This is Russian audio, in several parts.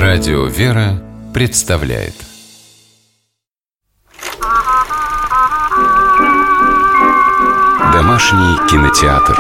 Радио «Вера» представляет Домашний кинотеатр.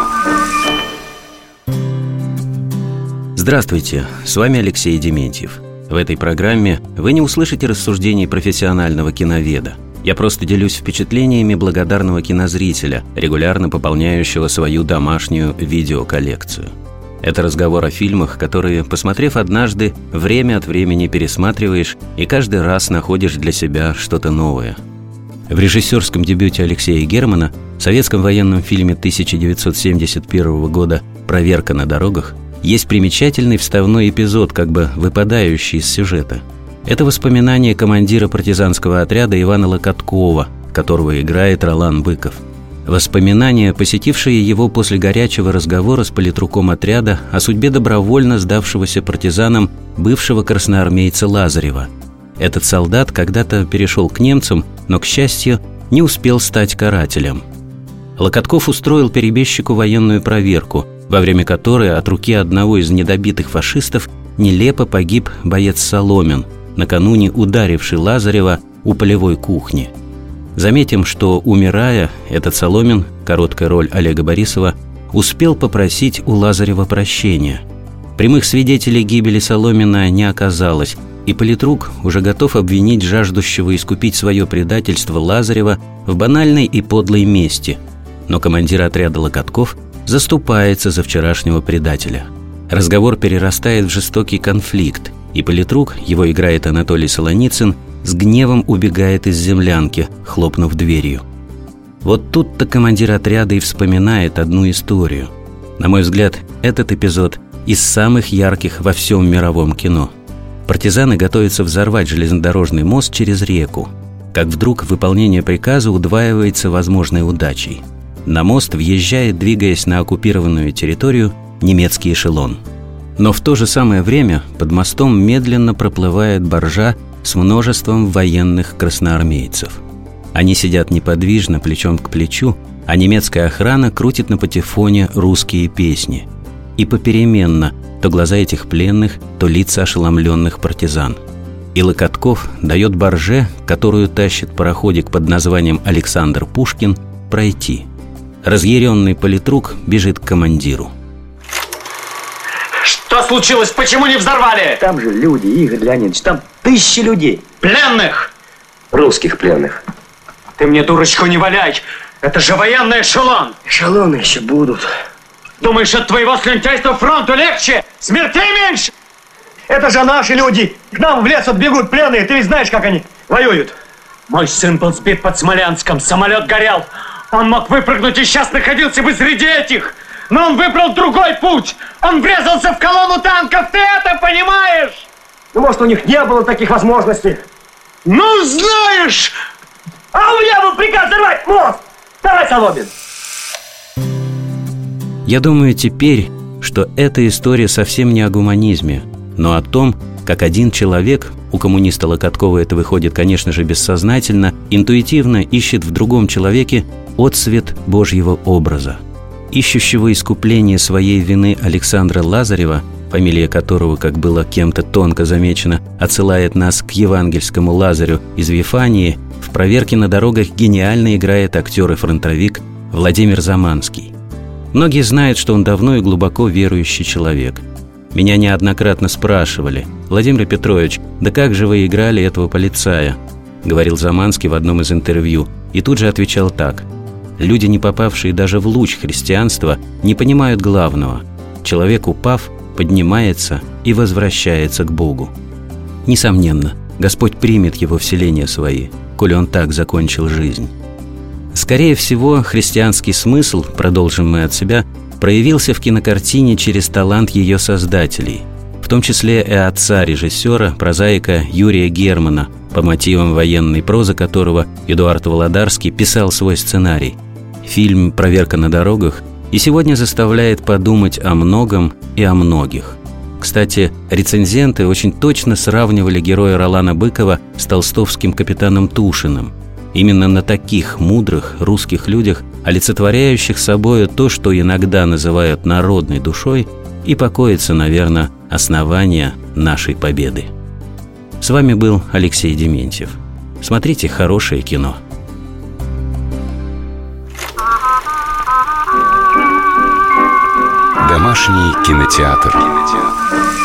Здравствуйте, с вами Алексей Дементьев. В этой программе вы не услышите рассуждений профессионального киноведа. Я просто делюсь впечатлениями благодарного кинозрителя, регулярно пополняющего свою домашнюю видеоколлекцию. Это разговор о фильмах, которые, посмотрев однажды, время от времени пересматриваешь и каждый раз находишь для себя что-то новое. В режиссерском дебюте Алексея Германа, советском военном фильме 1971 года «Проверка на дорогах», есть примечательный вставной эпизод, как бы выпадающий из сюжета. Это воспоминание командира партизанского отряда Ивана Локоткова, которого играет Ролан Быков. Воспоминания, посетившие его после горячего разговора с политруком отряда о судьбе добровольно сдавшегося партизанам бывшего красноармейца Лазарева. Этот солдат когда-то перешел к немцам, но, к счастью, не успел стать карателем. Локотков устроил перебежчику военную проверку, во время которой от руки одного из недобитых фашистов нелепо погиб боец Соломин, накануне ударивший Лазарева у полевой кухни. Заметим, что, умирая, этот Соломин, короткая роль Олега Борисова, успел попросить у Лазарева прощения. Прямых свидетелей гибели Соломина не оказалось, и политрук уже готов обвинить жаждущего искупить свое предательство Лазарева в банальной и подлой мести. Но командир отряда Локотков заступается за вчерашнего предателя. Разговор перерастает в жестокий конфликт, и политрук, его играет Анатолий Солоницын, с гневом убегает из землянки, хлопнув дверью. Вот тут-то командир отряда и вспоминает одну историю. На мой взгляд, этот эпизод из самых ярких во всем мировом кино. Партизаны готовятся взорвать железнодорожный мост через реку. Как вдруг выполнение приказа удваивается возможной удачей. На мост въезжает, двигаясь на оккупированную территорию, немецкий эшелон. Но в то же самое время под мостом медленно проплывает баржа с множеством военных красноармейцев. Они сидят неподвижно, плечом к плечу, а немецкая охрана крутит на патефоне русские песни. И попеременно то глаза этих пленных, то лица ошеломленных партизан. И Локотков дает барже, которую тащит пароходик под названием «Александр Пушкин», пройти. Разъяренный политрук бежит к командиру. Что случилось? Почему не взорвали? Там же люди, Игорь Леонидович, там тысячи людей. Пленных? Русских пленных. Ты мне дурочку не валяй. Это же военный эшелон. Эшелоны еще будут. Думаешь, от твоего слюнтяйства фронту легче? Смертей меньше? Это же наши люди. К нам в лес отбегут пленные. Ты ведь знаешь, как они воюют. Мой сын был сбит под Смолянском. Самолет горел. Он мог выпрыгнуть и сейчас находился бы среди этих. Но он выбрал другой путь. Он врезался в колонну танков. Ты это понимаешь? Ну, может, у них не было таких возможностей. Ну, знаешь! А у меня был приказ взорвать мост. Давай, Соломин. Я думаю теперь, что эта история совсем не о гуманизме, но о том, как один человек, у коммуниста Локоткова это выходит, конечно же, бессознательно, интуитивно ищет в другом человеке отсвет Божьего образа. Ищущего искупления своей вины Александра Лазарева, фамилия которого, как было кем-то тонко замечено, отсылает нас к евангельскому Лазарю из Вифании, в «Проверке на дорогах» гениально играет актер и фронтовик Владимир Заманский. Многие знают, что он давно и глубоко верующий человек. Меня неоднократно спрашивали: «Владимир Петрович, да как же вы играли этого полицая?» — говорил Заманский в одном из интервью, и тут же отвечал так: «Люди, не попавшие даже в луч христианства, не понимают главного. Человек, упав, поднимается и возвращается к Богу». Несомненно, Господь примет его вселения свои, коли он так закончил жизнь. Скорее всего, христианский смысл, продолжим мы от себя, проявился в кинокартине через талант ее создателей, в том числе и отца режиссера, прозаика Юрия Германа, по мотивам военной прозы которого Эдуард Володарский писал свой сценарий. Фильм «Проверка на дорогах» и сегодня заставляет подумать о многом и о многих. Кстати, рецензенты очень точно сравнивали героя Ролана Быкова с толстовским капитаном Тушиным. Именно на таких мудрых русских людях, олицетворяющих собою то, что иногда называют народной душой, и покоится, наверное, основание нашей победы. С вами был Алексей Дементьев. Смотрите хорошее кино. Домашний кинотеатр.